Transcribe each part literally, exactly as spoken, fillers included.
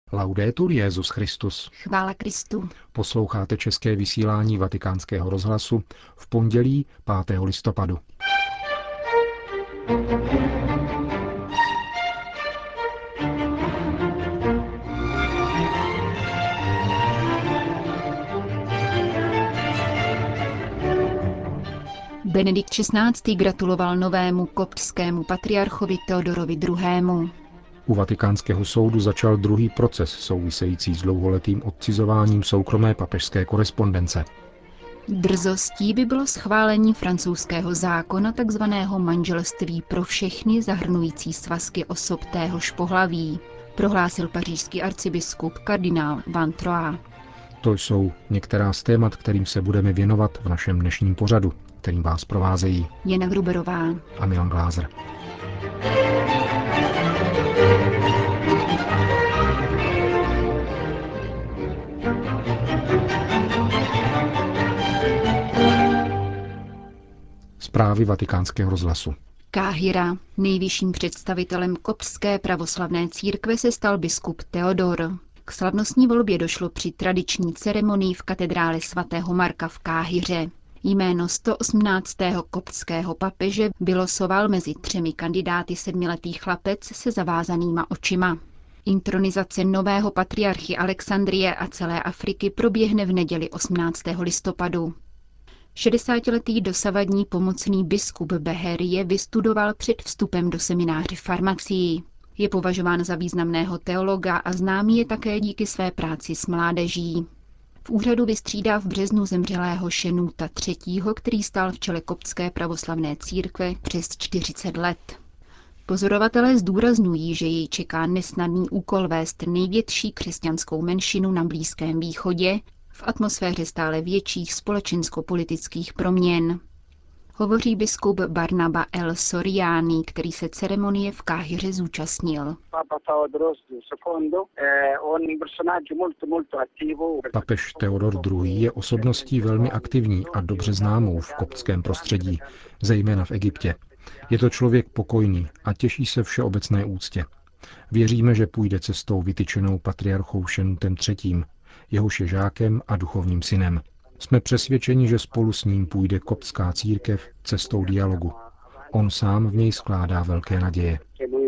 Laudetur Jesus Christus. Chvála Kristu. Posloucháte české vysílání Vatikánského rozhlasu v pondělí pátého listopadu. Benedikt šestnáctý. gratuloval novému koptskému patriarchovi Teodorovi druhému. U Vatikánského soudu začal druhý proces související s dlouholetým odcizováním soukromé papežské korespondence. Drzostí by bylo schválení francouzského zákona takzvaného manželství pro všechny zahrnující svazky osob téhož pohlaví, prohlásil pařížský arcibiskup kardinál Van Troyes. To jsou některá z témat, kterým se budeme věnovat v našem dnešním pořadu, kterým vás provázejí Jana Gruberová a Milan Glázer. Zprávy Vatikánského rozhlasu. Káhira. Nejvyšším představitelem koptské pravoslavné církve se stal biskup Teodor. K slavnostní volbě došlo při tradiční ceremonii v katedrále svatého Marka v Káhiře. Jméno sto osmnáctého koptského papeže vylosoval mezi třemi kandidáty sedmiletý chlapec se zavázanýma očima. Intronizace nového patriarchy Alexandrie a celé Afriky proběhne v neděli osmnáctého listopadu. šedesátiletý dosavadní pomocný biskup Beherie vystudoval před vstupem do semináře farmacii. Je považován za významného teologa a známý je také díky své práci s mládeží. V úřadu vystřídá v březnu zemřelého Šenúta třetího., který stál v čele koptské pravoslavné církve přes čtyřicet let. Pozorovatelé zdůrazňují, že jej čeká nesnadný úkol vést největší křesťanskou menšinu na Blízkém východě v atmosféře stále větších společensko-politických proměn. Hovoří biskup Barnaba El Soriani, který se ceremonie v Káhiře zúčastnil. Papež Teodor druhý. je osobností velmi aktivní a dobře známou v koptském prostředí, zejména v Egyptě. Je to člověk pokojný a těší se všeobecné úctě. Věříme, že půjde cestou vytyčenou patriarchou Šenútem třetím., jehož je žákem a duchovním synem. Jsme přesvědčeni, že spolu s ním půjde koptská církev cestou dialogu. On sám v něj skládá velké naděje.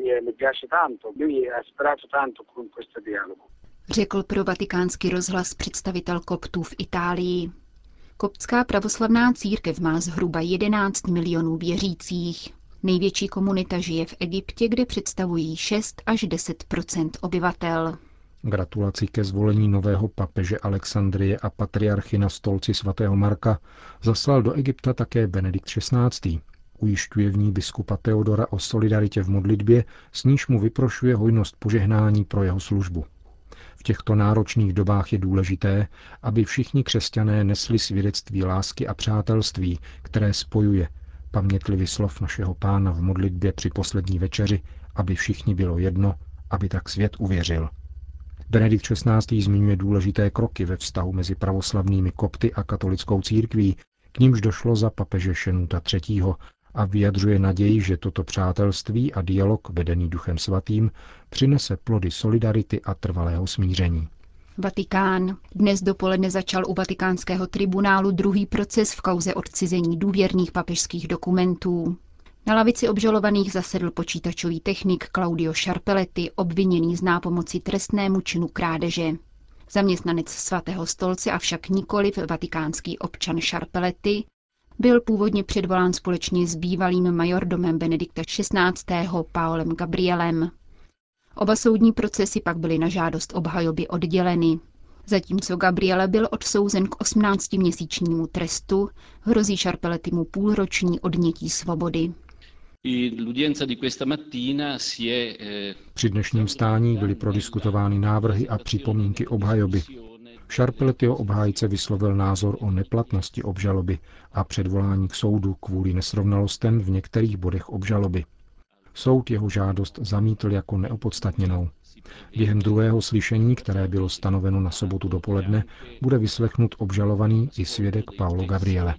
Řekl pro Vatikánský rozhlas představitel koptů v Itálii. Koptská pravoslavná církev má zhruba jedenáct milionů věřících. Největší komunita žije v Egyptě, kde představují šest až deset procent obyvatel. Gratulaci ke zvolení nového papeže Alexandrie a patriarchy na stolci svatého Marka zaslal do Egypta také Benedikt šestnáctý. Ujišťuje v ní biskupa Teodora o solidaritě v modlitbě, s níž mu vyprošuje hojnost požehnání pro jeho službu. V těchto náročných dobách je důležité, aby všichni křesťané nesli svědectví lásky a přátelství, které spojuje, pamětlivi slov našeho Pána v modlitbě při poslední večeři, aby všichni bylo jedno, aby tak svět uvěřil. Benedikt šestnáctý. Zmiňuje důležité kroky ve vztahu mezi pravoslavnými kopty a katolickou církví, k nímž došlo za papeže Šenúta třetího. a vyjadřuje naději, že toto přátelství a dialog vedený Duchem svatým přinese plody solidarity a trvalého smíření. Vatikán. Dnes dopoledne začal u vatikánského tribunálu druhý proces v kauze odcizení důvěrných papežských dokumentů. Na lavici obžalovaných zasedl počítačový technik Claudio Sciarpelletti, obviněný z nápomoci trestnému činu krádeže. Zaměstnanec svatého stolce, avšak nikoliv vatikánský občan Sciarpelletti, byl původně předvolán společně s bývalým majordomem Benedikta šestnáctého. Paolem Gabrielem. Oba soudní procesy pak byly na žádost obhajoby odděleny. Zatímco Gabriele byl odsouzen k osmnáctiměsíčnímu trestu, hrozí Sciarpellettimu půlroční odnětí svobody. Při dnešním stání byly prodiskutovány návrhy a připomínky obhajoby. Sciarpellettiho obhájce vyslovil názor o neplatnosti obžaloby a předvolání k soudu kvůli nesrovnalostem v některých bodech obžaloby. Soud jeho žádost zamítl jako neopodstatněnou. Během druhého slyšení, které bylo stanoveno na sobotu dopoledne, bude vyslechnut obžalovaný i svědek Paolo Gabriele.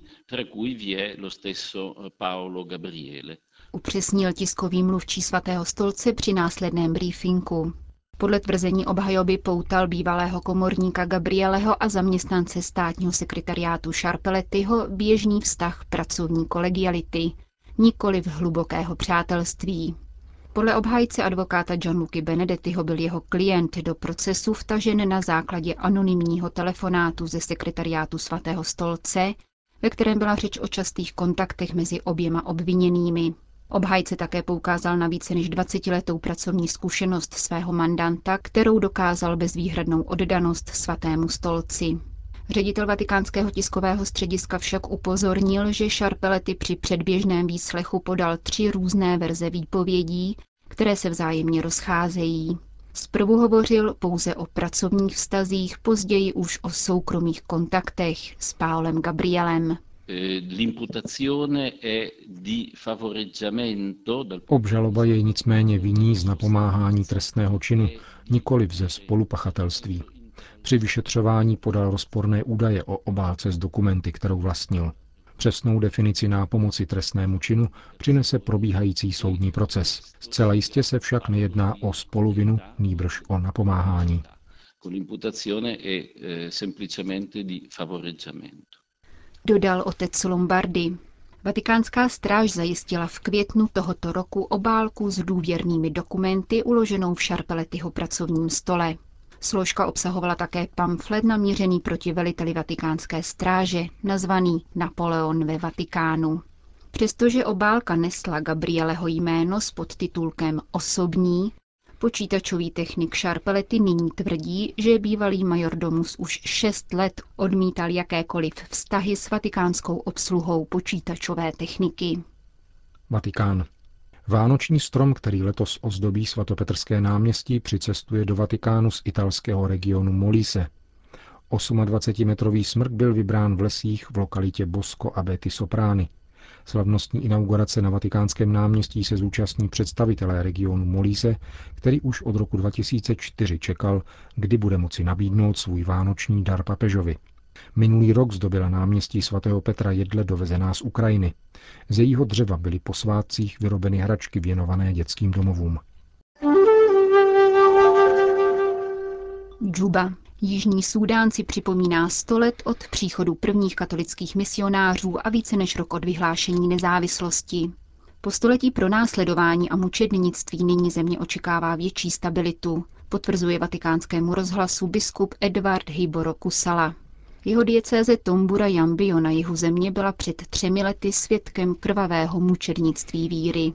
Upřesnil tiskový mluvčí svatého stolce při následném briefingu. Podle tvrzení obhajoby poutal bývalého komorníka Gabrieleho a zaměstnance státního sekretariátu Sciarpellettiho běžný vztah pracovní kolegiality, nikoli v hlubokého přátelství. Podle obhájce advokáta Gianluca Benedettiho byl jeho klient do procesu vtažen na základě anonymního telefonátu ze sekretariátu Svatého stolce, ve kterém byla řeč o častých kontaktech mezi oběma obviněnými. Obhájce také poukázal na více než dvacetiletou pracovní zkušenost svého mandanta, kterou dokázal bezvýhradnou oddanost Svatému stolci. Ředitel vatikánského tiskového střediska však upozornil, že Sciarpelletti při předběžném výslechu podal tři různé verze výpovědí, které se vzájemně rozcházejí. Zprvu hovořil pouze o pracovních vztazích, později už o soukromých kontaktech s Paolem Gabrielem. Obžaloba jej nicméně viní z napomáhání trestného činu, nikoliv ze spolupachatelství. Při vyšetřování podal rozporné údaje o obálce s dokumenty, kterou vlastnil. Přesnou definici nápomoci trestnému činu přinese probíhající soudní proces. Zcela jistě se však nejedná o spoluvinu, nýbrž o napomáhání. Dodal otec Lombardi. Vatikánská stráž zajistila v květnu tohoto roku obálku s důvěrnými dokumenty uloženou v Sciarpellettiho pracovním stole. Složka obsahovala také pamflet namířený proti veliteli vatikánské stráže, nazvaný Napoleon ve Vatikánu. Přestože obálka nesla Gabrieleho jméno s podtitulkem Osobní, počítačový technik Sciarpelletti nyní tvrdí, že bývalý majordomus už šest let odmítal jakékoliv vztahy s vatikánskou obsluhou počítačové techniky. Vatikán. Vánoční strom, který letos ozdobí svatopetrské náměstí, přicestuje do Vatikánu z italského regionu Molise. dvacetiosmimetrový smrk byl vybrán v lesích v lokalitě Bosco Abeti Soprani. Slavnostní inaugurace na Vatikánském náměstí se zúčastní představitelé regionu Molise, který už od roku dva tisíce čtyři čekal, kdy bude moci nabídnout svůj vánoční dar papežovi. Minulý rok zdobila náměstí svatého Petra jedle dovezená z Ukrajiny. Z jejího dřeva byly po svátcích vyrobeny hračky věnované dětským domovům. Džuba. Jižní Súdán si připomíná sto let od příchodu prvních katolických misionářů a více než rok od vyhlášení nezávislosti. Po století pronásledování a mučednictví nyní země očekává větší stabilitu, potvrzuje vatikánskému rozhlasu biskup Edward Hiboro Kusala. Jeho diecéze Tombura Jambio na jihu země byla před třemi lety svědkem krvavého mučednictví víry.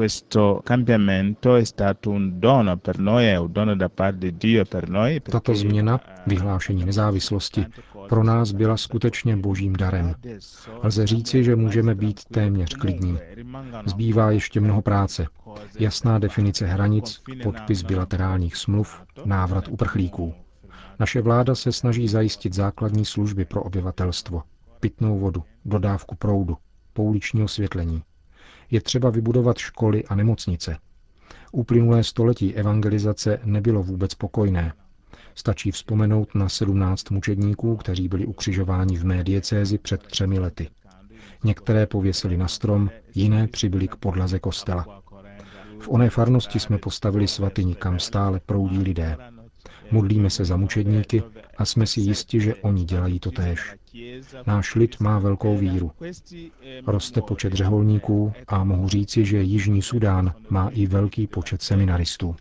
Tato změna, vyhlášení nezávislosti, pro nás byla skutečně božím darem. Lze říci, že můžeme být téměř klidní. Zbývá ještě mnoho práce. Jasná definice hranic, podpis bilaterálních smluv, návrat uprchlíků. Naše vláda se snaží zajistit základní služby pro obyvatelstvo. Pitnou vodu, dodávku proudu, pouliční osvětlení. Je třeba vybudovat školy a nemocnice. Uplynulé století evangelizace nebylo vůbec pokojné. Stačí vzpomenout na sedmnáct mučedníků, kteří byli ukřižováni v mé diecézi před třemi lety. Některé pověsili na strom, jiné přibyli k podlaze kostela. V oné farnosti jsme postavili svatyni, kam stále proudí lidé. Modlíme se za mučedníky a jsme si jisti, že oni dělají totéž. Náš lid má velkou víru. Roste počet řeholníků a mohu říci, že Jižní Súdán má i velký počet seminaristů.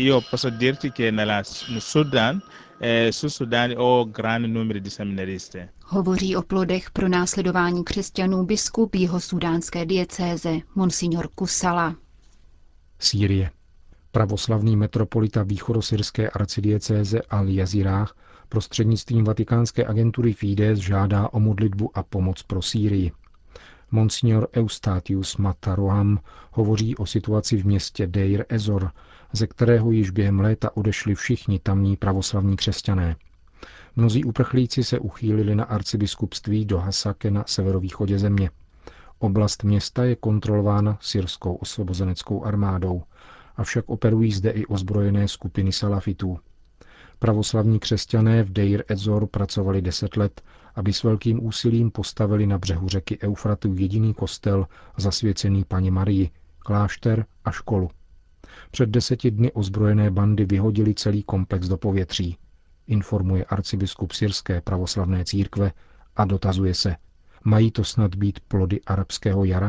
Hovoří o plodech pro následování křesťanů biskup jihosúdánské diecéze, monsignor Kusala. Sýrie. Pravoslavný metropolita východosyrské arcidiecéze Al-Jazirah prostřednictvím vatikánské agentury Fides žádá o modlitbu a pomoc pro Sýrii. Monsignor Eustatius Mataroham hovoří o situaci v městě Deir Ezor, ze kterého již během léta odešli všichni tamní pravoslavní křesťané. Mnozí uprchlíci se uchýlili na arcibiskupství do Hasake na severovýchodě země. Oblast města je kontrolována syrskou osvobozeneckou armádou, avšak operují zde i ozbrojené skupiny salafitů. Pravoslavní křesťané v Deir Ezor pracovali deset let, aby s velkým úsilím postavili na břehu řeky Eufratu jediný kostel zasvěcený Panně Marii, klášter a školu. Před deseti dny ozbrojené bandy vyhodili celý komplex do povětří, informuje arcibiskup syrské pravoslavné církve a dotazuje se, mají to snad být plody arabského jara?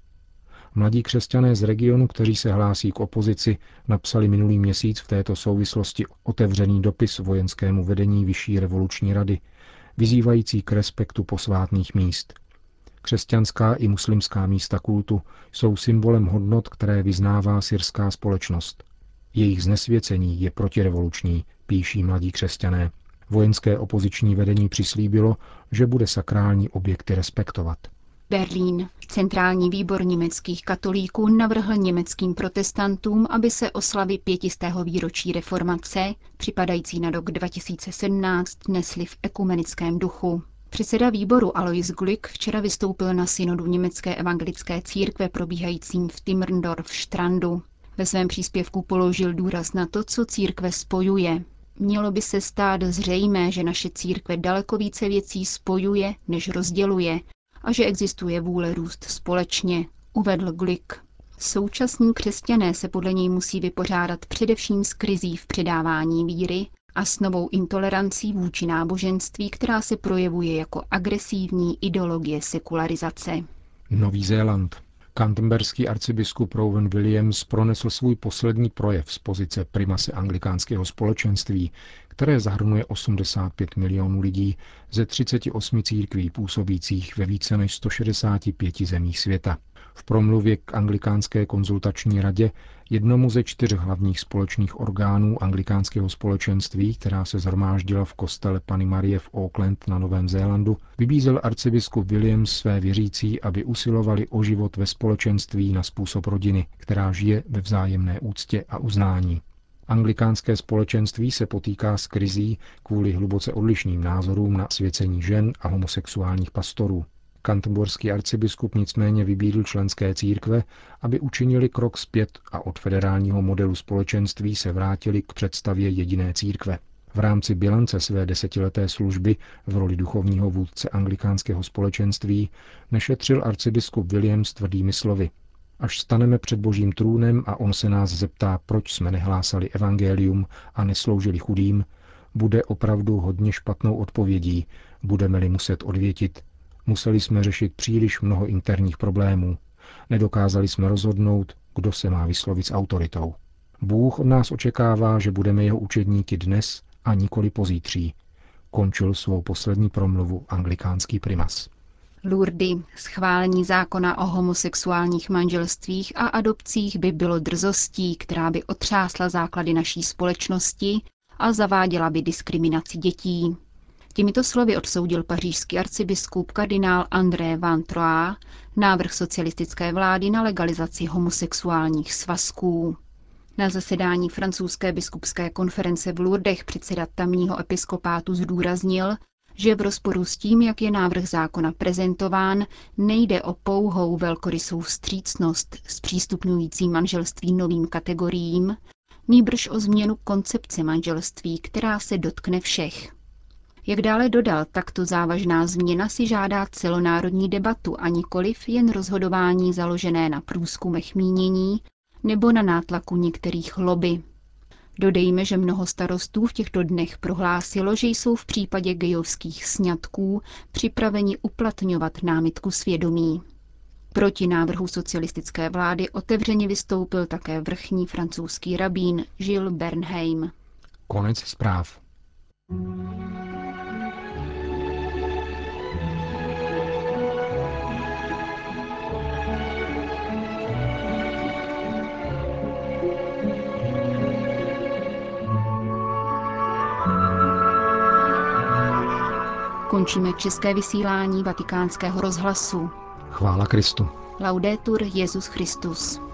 Mladí křesťané z regionu, kteří se hlásí k opozici, napsali minulý měsíc v této souvislosti otevřený dopis vojenskému vedení Vyšší revoluční rady, vyzývající k respektu posvátných míst. Křesťanská i muslimská místa kultu jsou symbolem hodnot, které vyznává syrská společnost. Jejich znesvěcení je protirevoluční, píší mladí křesťané. Vojenské opoziční vedení přislíbilo, že bude sakrální objekty respektovat. Berlín. Centrální výbor německých katolíků navrhl německým protestantům, aby se oslavy pětistého výročí reformace, připadající na rok dva tisíce sedmnáct, nesly v ekumenickém duchu. Předseda výboru Alois Glück včera vystoupil na synodu německé evangelické církve probíhajícím v Timmendorf-Strandu. Ve svém příspěvku položil důraz na to, co církve spojuje. Mělo by se stát zřejmé, že naše církve daleko více věcí spojuje, než rozděluje, a že existuje vůle růst společně, uvedl Glück. Současní křesťané se podle něj musí vypořádat především s krizí v předávání víry a s novou intolerancí vůči náboženství, která se projevuje jako agresivní ideologie sekularizace. Nový Zéland. Canterburyský arcibiskup Rowan Williams pronesl svůj poslední projev z pozice primase anglikánského společenství, které zahrnuje osmdesát pět milionů lidí ze třiceti osmi církví působících ve více než sto šedesáti pěti zemích světa. V promluvě k anglikánské konzultační radě, jednomu ze čtyř hlavních společných orgánů anglikánského společenství, která se shromáždila v kostele Panny Marie v Auckland na Novém Zélandu, vybízel arcibiskup Williams své věřící, aby usilovali o život ve společenství na způsob rodiny, která žije ve vzájemné úctě a uznání. Anglikánské společenství se potýká s krizí kvůli hluboce odlišným názorům na svěcení žen a homosexuálních pastorů. Canterburský arcibiskup nicméně vybídl členské církve, aby učinili krok zpět a od federálního modelu společenství se vrátili k představě jediné církve. V rámci bilance své desetileté služby v roli duchovního vůdce anglikánského společenství nešetřil arcibiskup Williams tvrdými slovy. Až staneme před Božím trůnem a on se nás zeptá, proč jsme nehlásali evangelium a nesloužili chudým, bude opravdu hodně špatnou odpovědí, budeme-li muset odvětit. Museli jsme řešit příliš mnoho interních problémů. Nedokázali jsme rozhodnout, kdo se má vyslovit s autoritou. Bůh od nás očekává, že budeme jeho učedníky dnes a nikoli pozítří. Končil svou poslední promluvu anglikánský primas. Lourdes. Schválení zákona o homosexuálních manželstvích a adopcích by bylo drzostí, která by otřásla základy naší společnosti a zaváděla by diskriminaci dětí. Těmito slovy odsoudil pařížský arcibiskup kardinál André Van Troyes návrh socialistické vlády na legalizaci homosexuálních svazků. Na zasedání francouzské biskupské konference v Lourdech předseda tamního episkopátu zdůraznil, že v rozporu s tím, jak je návrh zákona prezentován, nejde o pouhou velkorysou vstřícnost zpřístupňující manželství novým kategoriím, nýbrž o změnu koncepce manželství, která se dotkne všech. Jak dále dodal, takto závažná změna si žádá celonárodní debatu a nikoliv jen rozhodování založené na průzkumech mínění nebo na nátlaku některých lobby. Dodejme, že mnoho starostů v těchto dnech prohlásilo, že jsou v případě gejovských sňatků připraveni uplatňovat námitku svědomí. Proti návrhu socialistické vlády otevřeně vystoupil také vrchní francouzský rabín Gilles Bernheim. Konec zpráv. Končíme české vysílání Vatikánského rozhlasu. Chvála Kristu. Laudetur Jesus Christus.